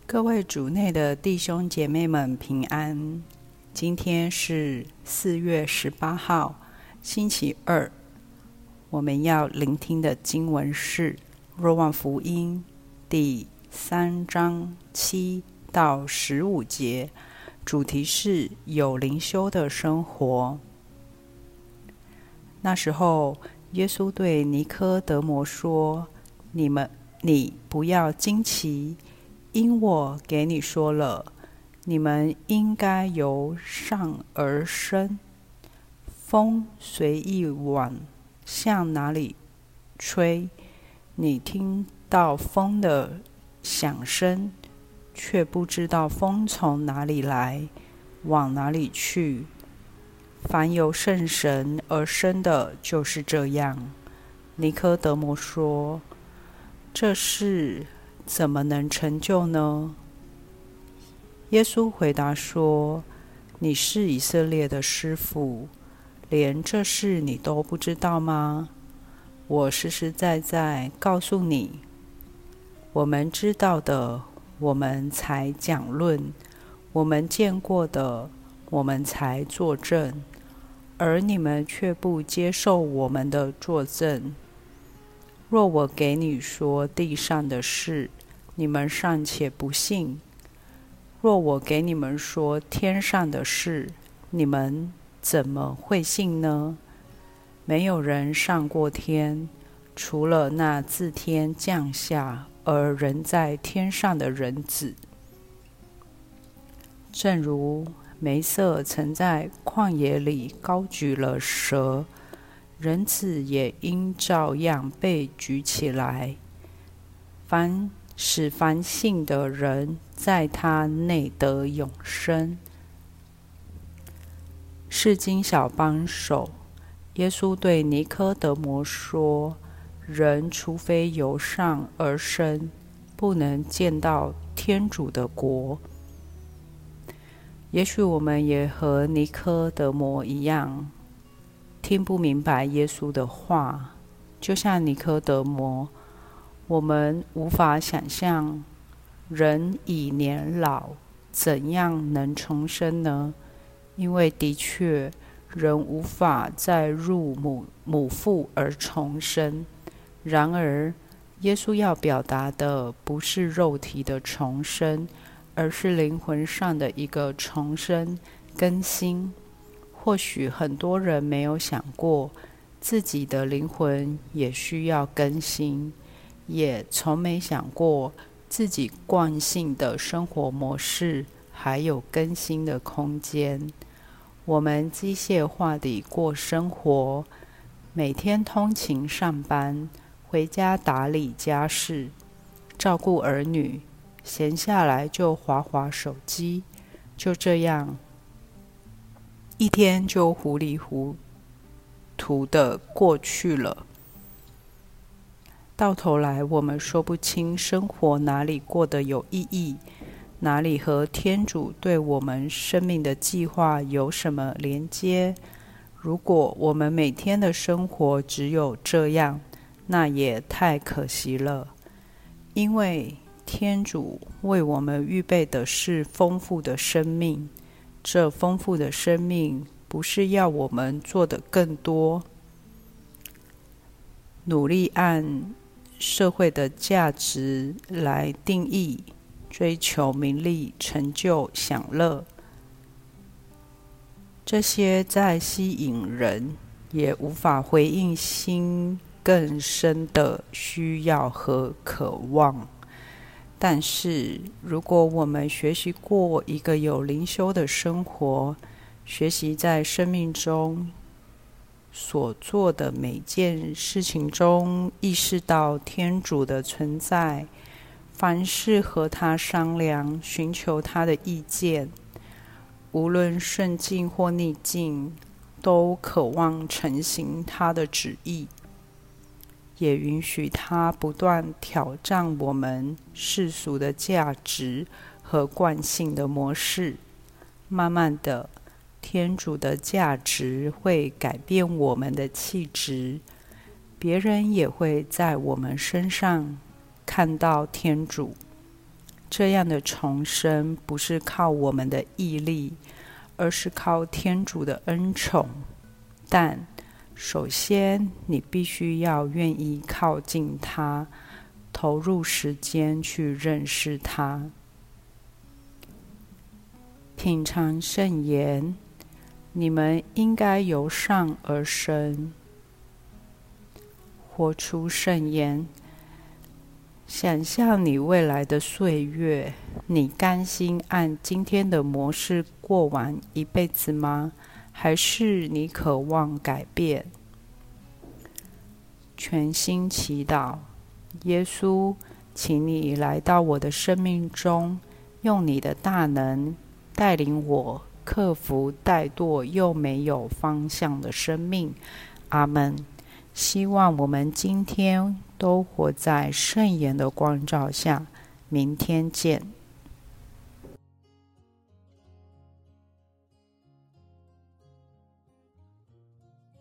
各位主内的弟兄姐妹们平安。今天是4月18号，星期二。我们要聆听的经文是若望福音第3章7到15节，主题是有灵修的生活。那时候，耶稣对尼科德摩说：你不要惊奇，因我给你说了，你们应该由上而生。风随意往向哪里吹，你听到风的响声，却不知道风从哪里来，往哪里去。凡由圣神而生的，就是这样。尼科德摩说：这事怎么能成就呢？耶稣回答说：你是以色列的师傅，连这事你都不知道吗？我实实在在告诉你，我们知道的，我们才讲论；我们见过的，我们才作证，而你们却不接受我们的作证。若我给你说地上的事，你们尚且不信；若我给你们说天上的事，你们怎么会信呢？没有人上过天，除了那自天降下而人在天上的人子。正如梅瑟曾在旷野里高举了蛇，人子也应照样被举起来，使凡信的人在他内得永生。释经小帮手，耶稣对尼科德摩说：人除非由上而生，不能见到天主的国。也许我们也和尼科德摩一样，听不明白耶稣的话。就像尼科德摩，我们无法想象人已年老，怎样能重生呢？因为的确，人无法再入母腹而重生。然而，耶稣要表达的不是肉体的重生，而是灵魂上的一个重生更新。或许很多人没有想过，自己的灵魂也需要更新，也从没想过自己惯性的生活模式还有更新的空间。我们机械化地过生活，每天通勤上班，回家打理家事，照顾儿女，闲下来就滑滑手机，就这样一天就糊里糊涂地过去了。到头来，我们说不清生活哪里过得有意义，哪里和天主对我们生命的计划有什么连接。如果我们每天的生活只有这样，那也太可惜了。因为天主为我们预备的是丰富的生命，这丰富的生命不是要我们做得更多，努力按社会的价值来定义，追求名利、成就、享乐，这些再吸引人，也无法回应心更深的需要和渴望。但是，如果我们学习过一个有灵修的生活，学习在生命中所做的每件事情中意识到天主的存在，凡事和他商量，寻求他的意见，无论顺境或逆境，都渴望承行他的旨意，也允许他不断挑战我们世俗的价值和惯性的模式。慢慢的，天主的价值会改变我们的气质，别人也会在我们身上看到天主。 这样的重生不是靠我们的毅力，而是靠天主的恩宠。但首先，你必须要愿意靠近他，投入时间去认识他。品尝圣言，你们应该由上而生。活出圣言，想象你未来的岁月，你甘心按今天的模式过完一辈子吗？还是你渴望改变？全心祈祷，耶稣，请你来到我的生命中，用你的大能带领我克服怠惰又没有方向的生命。阿们。希望我们今天都活在圣言的光照下。明天见。